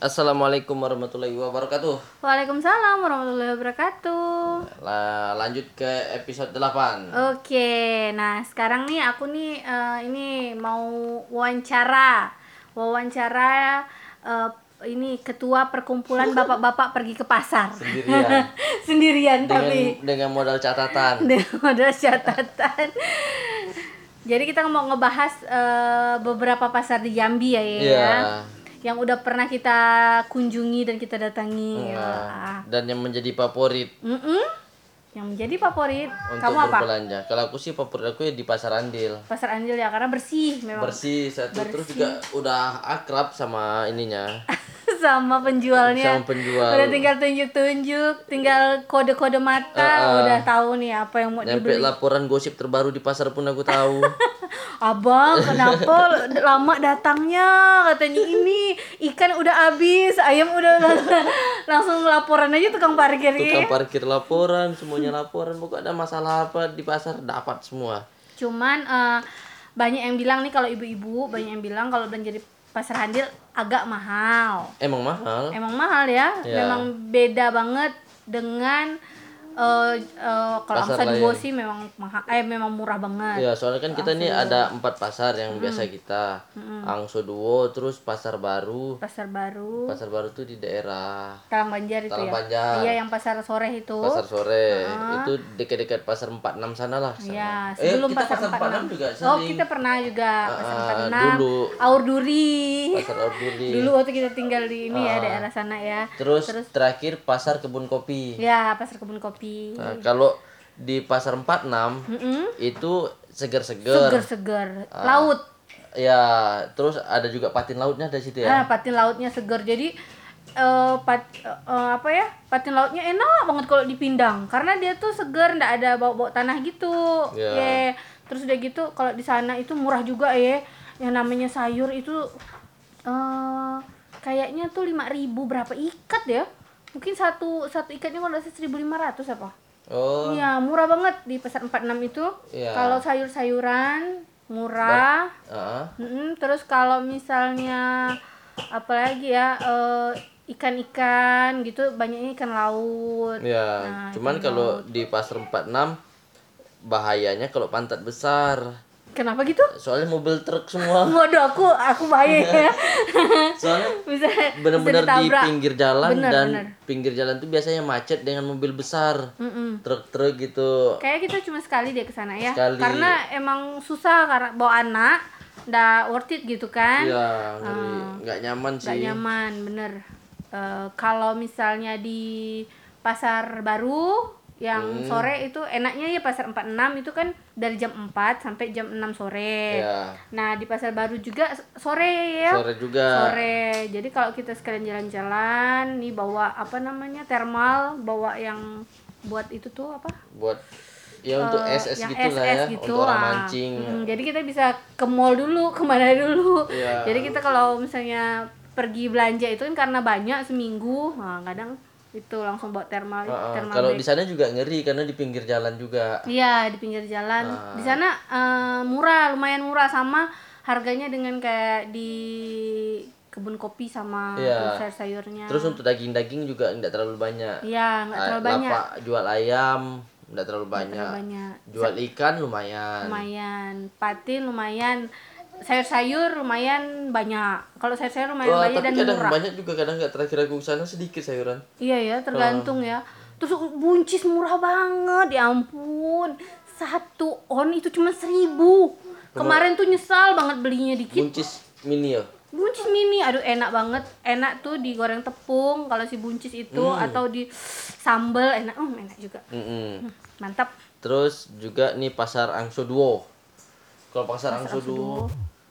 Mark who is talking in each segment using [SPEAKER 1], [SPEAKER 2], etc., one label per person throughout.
[SPEAKER 1] Assalamualaikum warahmatullahi wabarakatuh.
[SPEAKER 2] Waalaikumsalam warahmatullahi wabarakatuh.
[SPEAKER 1] Lanjut ke episode 8.
[SPEAKER 2] Oke, nah sekarang nih aku nih ini mau wawancara eh, ini ketua perkumpulan bapak-bapak pergi ke pasar.
[SPEAKER 1] Sendirian.
[SPEAKER 2] Sendirian tapi
[SPEAKER 1] Dengan modal catatan.
[SPEAKER 2] dengan modal catatan. Jadi kita mau ngebahas beberapa pasar di Jambi ya.
[SPEAKER 1] Iya.
[SPEAKER 2] Yang udah pernah kita kunjungi dan kita datangi.
[SPEAKER 1] Dan yang menjadi favorit
[SPEAKER 2] Yang menjadi favorit.
[SPEAKER 1] untuk
[SPEAKER 2] Kamu apa?
[SPEAKER 1] berbelanja. Kalau aku sih favorit aku ya di Pasar Andil.
[SPEAKER 2] Pasar Andil ya, karena bersih memang.
[SPEAKER 1] Bersih satu, terus juga udah akrab sama ininya.
[SPEAKER 2] Sama penjualnya.
[SPEAKER 1] Sama penjual.
[SPEAKER 2] Udah tinggal tunjuk-tunjuk, tinggal kode-kode mata, udah tahu nih apa yang mau
[SPEAKER 1] Nyampe
[SPEAKER 2] dibeli.
[SPEAKER 1] laporan gosip terbaru di pasar pun aku tahu.
[SPEAKER 2] Abang, kenapa lama datangnya? Katanya ini ikan udah habis, ayam udah langsung laporan aja tukang parkir.
[SPEAKER 1] Tukang parkir laporan, semuanya laporan. Pokoknya ada masalah apa di pasar dapat semua.
[SPEAKER 2] Cuman banyak yang bilang nih, kalau ibu-ibu banyak yang bilang kalau belanja di Pasar Handil agak mahal.
[SPEAKER 1] Emang mahal?
[SPEAKER 2] Emang mahal ya.
[SPEAKER 1] Ya.
[SPEAKER 2] Memang beda banget dengan kalau
[SPEAKER 1] Pasar
[SPEAKER 2] Angsa
[SPEAKER 1] lain.
[SPEAKER 2] Duo sih memang mahal, memang murah banget.
[SPEAKER 1] Ya, soalnya kan kita nih ada 4 pasar yang biasa kita. Angso Duo, terus Pasar Baru.
[SPEAKER 2] Pasar Baru,
[SPEAKER 1] Pasar Baru tuh di daerah
[SPEAKER 2] Talang Banjar itu
[SPEAKER 1] Talang
[SPEAKER 2] ya.
[SPEAKER 1] Banjar.
[SPEAKER 2] Iya, yang pasar sore itu.
[SPEAKER 1] Pasar Sore. Itu dekat-dekat Pasar 46 sana lah. Sana.
[SPEAKER 2] Iya, sebelum
[SPEAKER 1] kita
[SPEAKER 2] pasar 46
[SPEAKER 1] juga
[SPEAKER 2] Oh,
[SPEAKER 1] sering.
[SPEAKER 2] kita pernah juga pasar 46.
[SPEAKER 1] Dulu.
[SPEAKER 2] Aur Duri.
[SPEAKER 1] Pasar Orduri.
[SPEAKER 2] Dulu waktu kita tinggal di ini ya, daerah sana ya.
[SPEAKER 1] Terus terakhir Pasar Kebun Kopi.
[SPEAKER 2] Ya, pasar kebun kopi.
[SPEAKER 1] Nah, kalau di Pasar 46 itu seger-seger.
[SPEAKER 2] Seger-seger. Laut.
[SPEAKER 1] Ya, terus ada juga patin lautnya dari situ ya.
[SPEAKER 2] Patin lautnya segar. Jadi patin lautnya enak banget kalau dipindang karena dia tuh segar, ndak ada bau-bau tanah gitu.
[SPEAKER 1] Ya.
[SPEAKER 2] Terus udah gitu kalau di sana itu murah juga ya. Yang namanya sayur itu kayaknya tuh 5.000 berapa ikat ya? Mungkin satu ikatnya kalau 1.500 apa?
[SPEAKER 1] Oh.
[SPEAKER 2] Iya, murah banget di Pasar 46 itu.
[SPEAKER 1] Iya.
[SPEAKER 2] Kalau sayur-sayuran murah. Terus kalau misalnya apalagi ya, ikan-ikan gitu, banyaknya ikan laut.
[SPEAKER 1] Ya,
[SPEAKER 2] Nah,
[SPEAKER 1] cuman kalau di Pasar 46 bahayanya kalau pantat besar.
[SPEAKER 2] Kenapa gitu?
[SPEAKER 1] Soalnya mobil truk semua.
[SPEAKER 2] Waduh, aku bahaya ya.
[SPEAKER 1] Soalnya
[SPEAKER 2] bisa
[SPEAKER 1] benar-benar di
[SPEAKER 2] ditabrak.
[SPEAKER 1] pinggir jalan
[SPEAKER 2] Bener.
[SPEAKER 1] pinggir jalan tuh biasanya macet dengan mobil besar. Truk-truk gitu.
[SPEAKER 2] Kayak kita cuma sekali deh ke sana ya.
[SPEAKER 1] Sekali.
[SPEAKER 2] Karena emang susah karena bawa anak, nggak worth it gitu kan.
[SPEAKER 1] Iya, nggak nyaman sih.
[SPEAKER 2] Nggak nyaman, bener. Kalau misalnya di Pasar Baru yang sore itu enaknya ya, Pasar 46 itu kan dari jam 4 sampai jam 6 sore.
[SPEAKER 1] Iya.
[SPEAKER 2] Nah, di Pasar Baru juga sore ya.
[SPEAKER 1] Sore juga.
[SPEAKER 2] Sore. Jadi kalau kita sekalian jalan-jalan nih, bawa apa namanya, termal, bawa yang buat itu tuh apa?
[SPEAKER 1] Buat ya untuk SS
[SPEAKER 2] yang
[SPEAKER 1] gitu lah
[SPEAKER 2] SS
[SPEAKER 1] ya,
[SPEAKER 2] gitu,
[SPEAKER 1] untuk orang mancing.
[SPEAKER 2] Jadi kita bisa ke mall dulu, kemana dulu.
[SPEAKER 1] Iya.
[SPEAKER 2] Jadi kita kalau misalnya pergi belanja itu kan karena banyak seminggu, nah kadang itu langsung bawa termal
[SPEAKER 1] Kalau
[SPEAKER 2] bag.
[SPEAKER 1] di sana juga ngeri karena di pinggir jalan juga.
[SPEAKER 2] Iya, di pinggir jalan. Di sana murah, lumayan murah, sama harganya dengan kayak di kebun kopi sama sayur-sayurnya.
[SPEAKER 1] Terus untuk daging-daging juga enggak terlalu banyak.
[SPEAKER 2] Iya, nggak terlalu banyak.
[SPEAKER 1] Lapak jual ayam enggak terlalu banyak. Jual ikan lumayan.
[SPEAKER 2] Lumayan, patin lumayan, sayur-sayur lumayan banyak. Kalau sayur-sayur lumayan banyak
[SPEAKER 1] tapi
[SPEAKER 2] dan
[SPEAKER 1] kadang
[SPEAKER 2] murah.
[SPEAKER 1] banyak juga, kadang nggak, terakhir aku kesana sedikit sayuran.
[SPEAKER 2] Iya ya, tergantung ya. Terus buncis murah banget, ya ampun. 1 on itu cuma 1.000. Kemarin tuh nyesal banget belinya dikit.
[SPEAKER 1] Buncis mini ya.
[SPEAKER 2] Buncis mini, aduh enak banget. Enak tuh digoreng tepung kalau si buncis itu, atau di sambal enak. Enak juga. Mantap.
[SPEAKER 1] Terus juga nih Pasar Angso Duo. Kalau Pasar Angso Duo,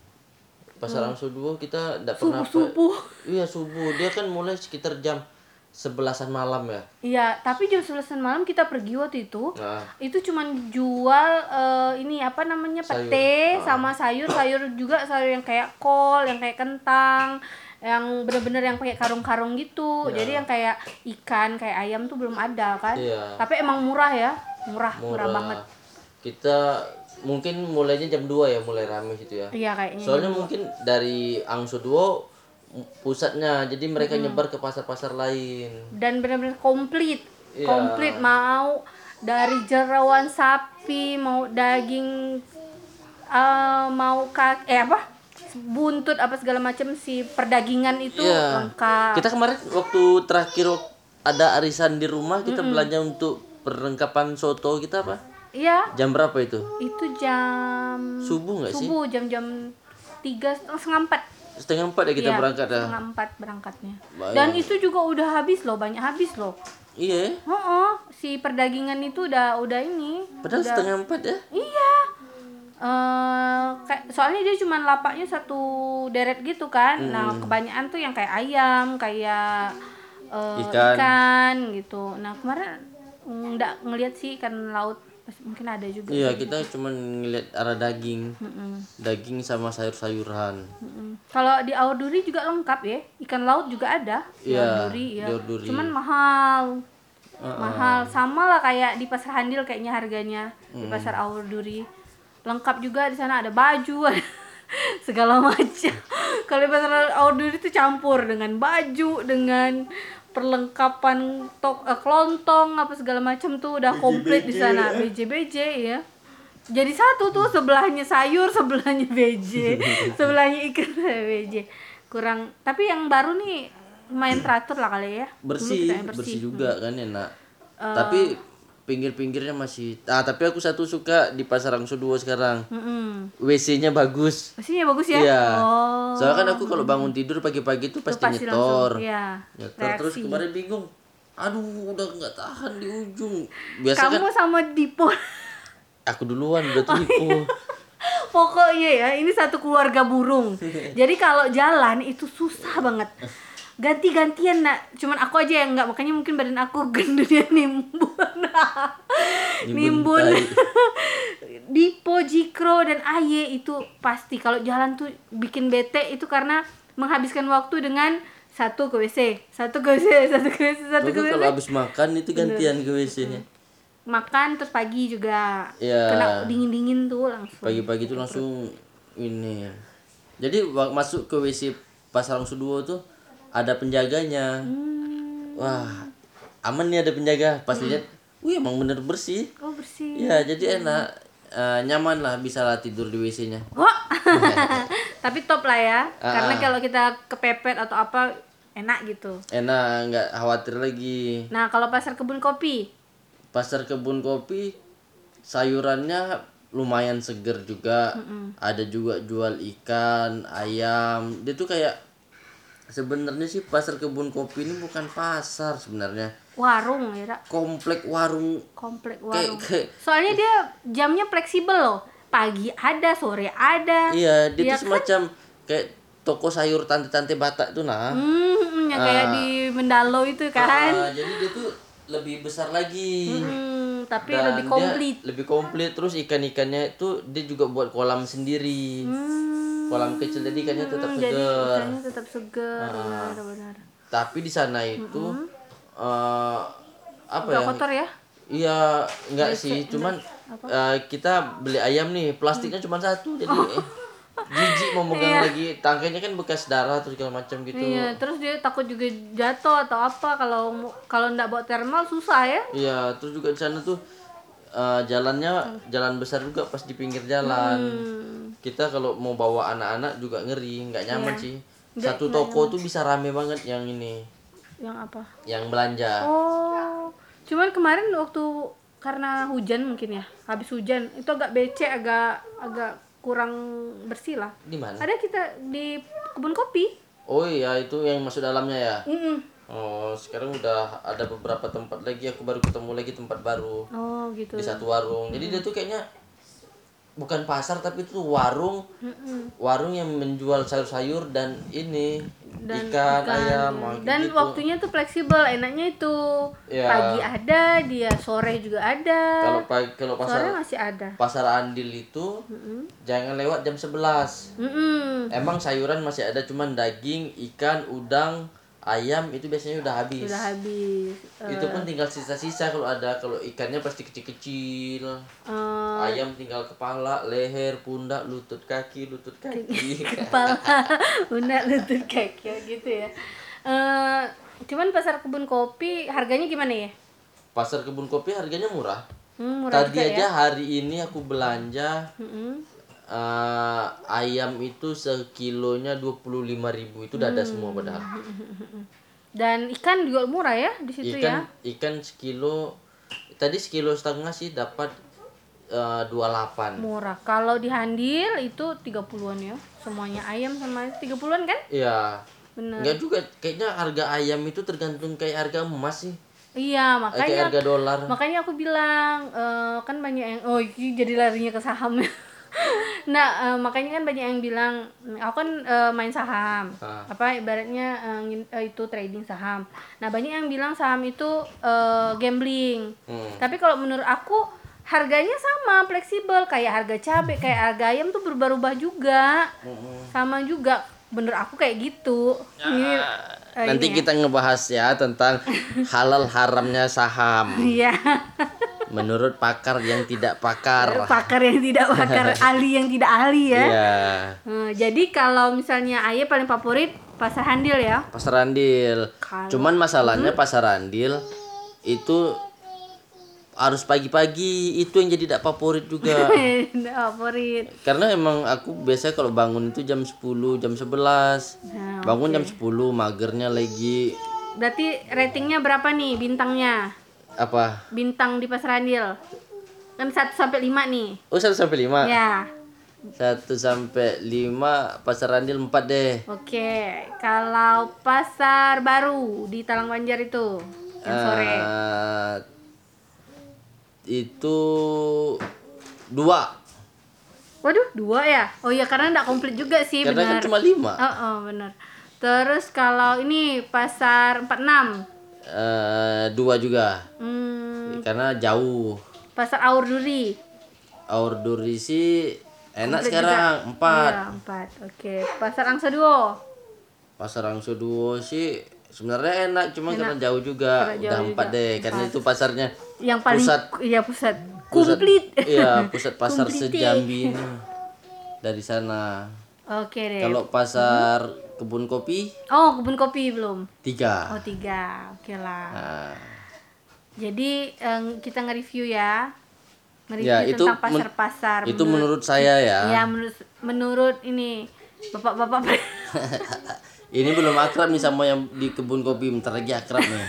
[SPEAKER 1] Angso Duo kita enggak pernah
[SPEAKER 2] Subuh.
[SPEAKER 1] Iya, subuh. Dia kan mulai sekitar jam 11-an malam ya.
[SPEAKER 2] Iya, tapi jam 11 malam kita pergi waktu itu.
[SPEAKER 1] Nah.
[SPEAKER 2] Itu cuman jual ini apa namanya, pete sama sayur juga, sayur yang kayak kol, yang kayak kentang, yang bener-bener yang pakai karung-karung gitu. Jadi yang kayak ikan, kayak ayam tuh belum ada kan.
[SPEAKER 1] Iya.
[SPEAKER 2] Tapi emang murah ya. Murah banget.
[SPEAKER 1] Kita mungkin mulainya jam 2 ya, mulai rame gitu ya.
[SPEAKER 2] Iya kayaknya.
[SPEAKER 1] Soalnya mungkin dari Angso Duo pusatnya. Jadi mereka nyebar ke pasar-pasar lain.
[SPEAKER 2] Dan benar-benar komplit.
[SPEAKER 1] Iya.
[SPEAKER 2] Komplit, mau dari jeroan sapi, mau daging, mau buntut apa segala macam, si perdagingan itu
[SPEAKER 1] Iya.
[SPEAKER 2] lengkap.
[SPEAKER 1] Kita kemarin waktu terakhir ada arisan di rumah, kita belanja untuk perlengkapan soto kita apa?
[SPEAKER 2] Iya,
[SPEAKER 1] Jam berapa itu?
[SPEAKER 2] itu jam
[SPEAKER 1] Subuh nggak sih?
[SPEAKER 2] subuh, jam 3 setengah 4.
[SPEAKER 1] 3:30 ya kita
[SPEAKER 2] Iya,
[SPEAKER 1] berangkat dah.
[SPEAKER 2] setengah 4 berangkatnya.
[SPEAKER 1] Bayang.
[SPEAKER 2] Dan itu juga udah habis loh, banyak habis loh.
[SPEAKER 1] Iya.
[SPEAKER 2] Si perdagingan itu udah ini.
[SPEAKER 1] Padahal
[SPEAKER 2] udah,
[SPEAKER 1] 3:30 ya.
[SPEAKER 2] Iya. Soalnya dia cuma lapaknya satu deret gitu kan. Nah, kebanyakan tuh yang kayak ayam, kayak ikan gitu. Nah, kemarin nggak ngelihat sih ikan laut, mungkin ada juga.
[SPEAKER 1] Iya, kita cuma ngeliat arah daging. Daging sama sayur-sayuran.
[SPEAKER 2] Kalau di Aurduri juga lengkap ya. Ikan laut juga ada. Di
[SPEAKER 1] Iya,
[SPEAKER 2] Aurduri, ya.
[SPEAKER 1] di Aurduri.
[SPEAKER 2] Cuman mahal. Mahal, sama lah kayak di Pasar Handil kayaknya harganya di Pasar Aurduri. Lengkap juga, di sana ada baju, ada segala macam. Kalau di Pasar Aurduri itu campur dengan baju, dengan perlengkapan kelontong apa segala macam tuh udah komplit di sana. BJ ya. Jadi satu tuh, sebelahnya sayur, sebelahnya BJ, sebelahnya ikan, BJ. Kurang, tapi yang baru nih lumayan teratur lah kali ya.
[SPEAKER 1] Bersih,
[SPEAKER 2] Dulu kita yang
[SPEAKER 1] bersih juga kan enak. Tapi pinggir-pinggirnya masih. Tapi aku satu suka di Pasar Angso 2 sekarang. WC-nya bagus.
[SPEAKER 2] Mesinnya bagus ya?
[SPEAKER 1] Iya.
[SPEAKER 2] Oh.
[SPEAKER 1] Soalnya kan aku kalau bangun tidur pagi-pagi tuh pasti
[SPEAKER 2] pasti
[SPEAKER 1] nyetor.
[SPEAKER 2] langsung, iya.
[SPEAKER 1] Nyetor terus
[SPEAKER 2] Reaksi.
[SPEAKER 1] kemarin bingung. Aduh, udah nggak tahan di ujung. Biasa
[SPEAKER 2] Kamu
[SPEAKER 1] kan
[SPEAKER 2] sama Dipo.
[SPEAKER 1] aku duluan udah tipu.
[SPEAKER 2] Pokoknya ya, ini satu keluarga burung. Jadi kalau jalan itu susah banget. Ganti-gantian nak, cuman aku aja yang enggak, makanya mungkin badan aku gendutnya nimbun. Nimbun.
[SPEAKER 1] tai.
[SPEAKER 2] Dipo, Jikro dan Aye itu pasti kalau jalan tuh bikin bete itu karena menghabiskan waktu dengan satu ke WC, satu ke WC, satu ke WC, satu ke
[SPEAKER 1] Aku
[SPEAKER 2] WC.
[SPEAKER 1] kalau habis makan itu gantian ke WC-nya.
[SPEAKER 2] Makan terus pagi juga.
[SPEAKER 1] Iya.
[SPEAKER 2] Kena dingin-dingin tuh langsung.
[SPEAKER 1] Pagi-pagi tuh langsung ini. Jadi masuk ke WC Pasar Angso 2 tuh ada penjaganya. Wah, aman nih ada penjaga. Pas lihat, wih emang bener bersih.
[SPEAKER 2] Oh, bersih.
[SPEAKER 1] Ya, jadi enak. Nyaman lah, bisa lah tidur di WC-nya.
[SPEAKER 2] Wah. Tapi top lah ya. Karena
[SPEAKER 1] Ah.
[SPEAKER 2] kalau kita kepepet atau apa enak gitu.
[SPEAKER 1] Enak, nggak khawatir lagi.
[SPEAKER 2] Nah, kalau pasar kebun kopi,
[SPEAKER 1] Pasar kebun kopi sayurannya lumayan seger juga. Ada juga jual ikan, ayam. Dia tuh kayak sebenarnya sih pasar kebun kopi ini bukan pasar sebenarnya.
[SPEAKER 2] warung ya, Ra.
[SPEAKER 1] Komplek warung.
[SPEAKER 2] Komplek
[SPEAKER 1] Kayak-
[SPEAKER 2] warung.
[SPEAKER 1] kayak-
[SPEAKER 2] Soalnya dia jamnya fleksibel loh. Pagi ada, sore ada.
[SPEAKER 1] Iya, dia
[SPEAKER 2] Iya
[SPEAKER 1] tuh semacam kayak toko sayur tante-tante Batak tuh nah.
[SPEAKER 2] Yang kayak di Mendalo itu kan.
[SPEAKER 1] Jadi dia tuh lebih besar lagi.
[SPEAKER 2] Tapi
[SPEAKER 1] Dan
[SPEAKER 2] lebih
[SPEAKER 1] dia
[SPEAKER 2] komplit.
[SPEAKER 1] lebih komplit, terus ikan-ikannya itu dia juga buat kolam sendiri. Kolam kecil, jadi ikannya tetap
[SPEAKER 2] Jadi
[SPEAKER 1] segar.
[SPEAKER 2] ikannya tetap segar, benar-benar.
[SPEAKER 1] Tapi di sana itu apa
[SPEAKER 2] Udah
[SPEAKER 1] ya?
[SPEAKER 2] kotor ya?
[SPEAKER 1] Iya, enggak sih, cuman kita beli ayam nih, plastiknya cuma satu, jadi jijik mau megang lagi. Tangkainya kan bekas darah terus segala macam gitu.
[SPEAKER 2] Iya, terus dia takut juga jatuh atau apa kalau ndak bawa thermal susah ya.
[SPEAKER 1] Iya, terus juga di sana tuh jalannya jalan besar juga pas di pinggir jalan. Kita kalau mau bawa anak-anak juga ngeri, nggak nyaman sih. Satu toko tuh bisa rame banget yang ini,
[SPEAKER 2] Yang apa?
[SPEAKER 1] yang belanja.
[SPEAKER 2] Oh. Cuman kemarin waktu karena hujan mungkin ya. Habis hujan itu agak becek, agak kurang bersih lah.
[SPEAKER 1] Di mana?
[SPEAKER 2] Ada kita di kebun kopi.
[SPEAKER 1] Oh iya, itu yang masuk dalamnya ya.
[SPEAKER 2] Mm-mm.
[SPEAKER 1] Oh, sekarang udah ada beberapa tempat lagi, aku baru ketemu lagi tempat baru
[SPEAKER 2] Oh, gitu.
[SPEAKER 1] di satu warung. Jadi dia tuh kayaknya bukan pasar tapi itu warung. Warung yang menjual sayur-sayur dan ini ikan, ayam,
[SPEAKER 2] Dan
[SPEAKER 1] gitu.
[SPEAKER 2] waktunya tuh fleksibel, enaknya itu
[SPEAKER 1] Ya.
[SPEAKER 2] pagi ada, dia sore juga ada.
[SPEAKER 1] Kalau
[SPEAKER 2] Sore
[SPEAKER 1] pasar
[SPEAKER 2] masih ada.
[SPEAKER 1] Pasar Andil itu jangan lewat jam 11.
[SPEAKER 2] Mm-mm.
[SPEAKER 1] Emang sayuran masih ada, cuman daging, ikan, udang, ayam itu biasanya udah habis.
[SPEAKER 2] Udah habis.
[SPEAKER 1] Itu pun tinggal sisa-sisa kalau ada. Kalau ikannya pasti kecil-kecil. Ayam tinggal kepala, leher, pundak, lutut kaki.
[SPEAKER 2] Kepala, pundak, lutut, kaki gitu ya. Cuman pasar kebun kopi harganya gimana ya?
[SPEAKER 1] Pasar kebun kopi harganya murah.
[SPEAKER 2] Murah
[SPEAKER 1] Tadi
[SPEAKER 2] juga
[SPEAKER 1] aja
[SPEAKER 2] ya.
[SPEAKER 1] hari ini aku belanja ayam itu sekilonya 25.000. Itu udah ada semua padahal.
[SPEAKER 2] Dan ikan juga murah ya di situ ya.
[SPEAKER 1] Ikan sekilo tadi 1,5 kilo sih dapat 28.
[SPEAKER 2] Murah. Kalau di Handil itu 30-an ya. Semuanya ayam sama 30-an kan?
[SPEAKER 1] Iya.
[SPEAKER 2] Bener.
[SPEAKER 1] Enggak juga, kayaknya harga ayam itu tergantung kayak harga emas sih.
[SPEAKER 2] Iya,
[SPEAKER 1] Kayak
[SPEAKER 2] makanya
[SPEAKER 1] harga dolar.
[SPEAKER 2] makanya aku bilang kan banyak yang ini jadi larinya ke saham. Nah, makanya kan banyak yang bilang aku kan main saham. Apa ibaratnya itu trading saham. Nah, banyak yang bilang saham itu gambling. Tapi kalau menurut aku harganya sama, fleksibel, kayak harga cabai, kayak harga ayam tuh berubah-ubah juga. Sama juga. Bener aku kayak gitu. Ini
[SPEAKER 1] Nanti kita ngebahas ya tentang halal haramnya saham.
[SPEAKER 2] Iya.
[SPEAKER 1] Menurut pakar yang tidak pakar.
[SPEAKER 2] Pakar yang tidak pakar, ahli yang tidak ahli ya.
[SPEAKER 1] Iya.
[SPEAKER 2] Jadi kalau misalnya Aye paling favorit Pasar Handil ya.
[SPEAKER 1] Pasar Andil. Cuman masalahnya Pasar Andil itu harus pagi-pagi, itu yang jadi tidak favorit juga.
[SPEAKER 2] Tidak favorit.
[SPEAKER 1] Karena emang aku biasa kalau bangun itu jam 10, jam 11.
[SPEAKER 2] Nah,
[SPEAKER 1] Bangun jam 10, magernya lagi.
[SPEAKER 2] Berarti ratingnya berapa nih bintangnya?
[SPEAKER 1] Apa?
[SPEAKER 2] Bintang di Pasar Handil. Kan 1 sampai 5 nih.
[SPEAKER 1] Oh, 1 sampai 5.
[SPEAKER 2] Ya.
[SPEAKER 1] 1 sampai 5, Pasar Andil 4 deh.
[SPEAKER 2] Oke. Kalau Pasar Baru di Talang Banjar itu yang sore.
[SPEAKER 1] Itu 2.
[SPEAKER 2] Waduh, 2 ya? Oh iya, karena enggak komplit juga sih,
[SPEAKER 1] Karena
[SPEAKER 2] benar.
[SPEAKER 1] kan cuma 5.
[SPEAKER 2] Benar. Terus kalau ini Pasar 46.
[SPEAKER 1] 2 juga. Karena jauh.
[SPEAKER 2] Pasar Aur Duri.
[SPEAKER 1] Aur Duri sih enak
[SPEAKER 2] Komplit
[SPEAKER 1] sekarang,
[SPEAKER 2] juga.
[SPEAKER 1] 4.
[SPEAKER 2] Iya, 4. Oke. Pasar Angsa Duo.
[SPEAKER 1] Pasar Angso Duo sih sebenarnya enak, cuma karena jauh juga.
[SPEAKER 2] Karena
[SPEAKER 1] Udah
[SPEAKER 2] jauh
[SPEAKER 1] 4
[SPEAKER 2] juga.
[SPEAKER 1] deh. Karena itu pasarnya
[SPEAKER 2] Yang paling pusat. Komplit.
[SPEAKER 1] Iya, pusat pasar
[SPEAKER 2] Komplit.
[SPEAKER 1] Sejambi ini. Dari sana.
[SPEAKER 2] Oke deh.
[SPEAKER 1] Kalau pasar kebun kopi
[SPEAKER 2] Oh, kebun kopi belum.
[SPEAKER 1] 3.
[SPEAKER 2] Oh, 3. Oke lah.
[SPEAKER 1] Nah,
[SPEAKER 2] Jadi kita nge-review ya. Nge-review
[SPEAKER 1] ya, itu
[SPEAKER 2] tentang pasar-pasar.
[SPEAKER 1] itu menurut saya ya.
[SPEAKER 2] Ya, menurut ini bapak-bapak.
[SPEAKER 1] Ini belum akrab nih sama yang di kebun kopi, bentar lagi akrab nih.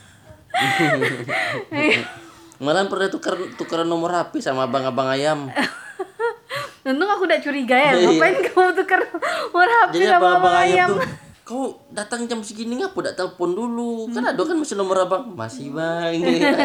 [SPEAKER 1] Malah pernah tukeran nomor HP sama abang-abang ayam.
[SPEAKER 2] Untung aku udah curiga ya. Ngapain kamu tukar nomor HP
[SPEAKER 1] Jadi
[SPEAKER 2] sama
[SPEAKER 1] abang-abang
[SPEAKER 2] abang
[SPEAKER 1] ayam
[SPEAKER 2] ayam?
[SPEAKER 1] tuh, kau datang jam segini ngapa udah telepon dulu? Kan ada kan masih nomor abang. Masih bang.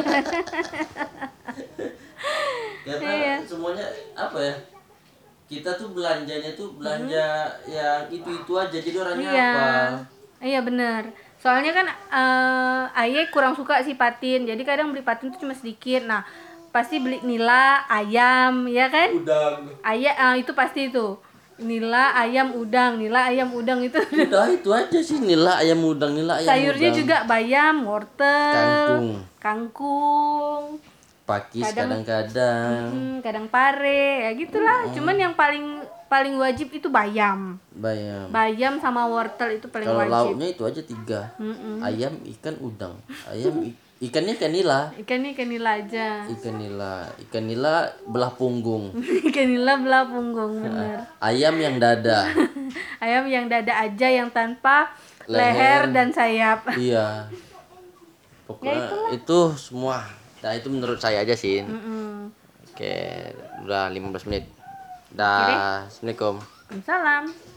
[SPEAKER 1] Karena semuanya apa ya? Kita tuh belanjanya tuh belanja yang itu aja, jadi orangnya apa?
[SPEAKER 2] Iya bener. Soalnya kan Aye kurang suka sih patin. Jadi kadang beli patin tuh cuma sedikit. Nah, pasti beli nila, ayam, ya kan?
[SPEAKER 1] Udang.
[SPEAKER 2] Itu pasti itu. Nila, ayam, udang itu.
[SPEAKER 1] Udah itu aja sih, nila ayam udang, nila ayam
[SPEAKER 2] Sayurnya
[SPEAKER 1] udang.
[SPEAKER 2] juga bayam, wortel,
[SPEAKER 1] Kangkung. Pakis kadang-kadang.
[SPEAKER 2] Kadang pare, ya gitulah. Cuman yang paling wajib itu bayam. Bayam sama wortel itu paling
[SPEAKER 1] Kalau
[SPEAKER 2] wajib.
[SPEAKER 1] lauknya itu aja 3. Ayam, ikan, udang. Ikannya ikan nila.
[SPEAKER 2] Ikan nila aja.
[SPEAKER 1] Ikan nila belah punggung.
[SPEAKER 2] Ikan nila belah punggung, bener.
[SPEAKER 1] Ayam yang dada.
[SPEAKER 2] Ayam yang dada aja, yang tanpa leher dan sayap.
[SPEAKER 1] Iya. Pokoknya itu semua. Nah, itu menurut saya aja sih. Oke, udah 15 menit. Dah, Assalamualaikum.
[SPEAKER 2] Salam.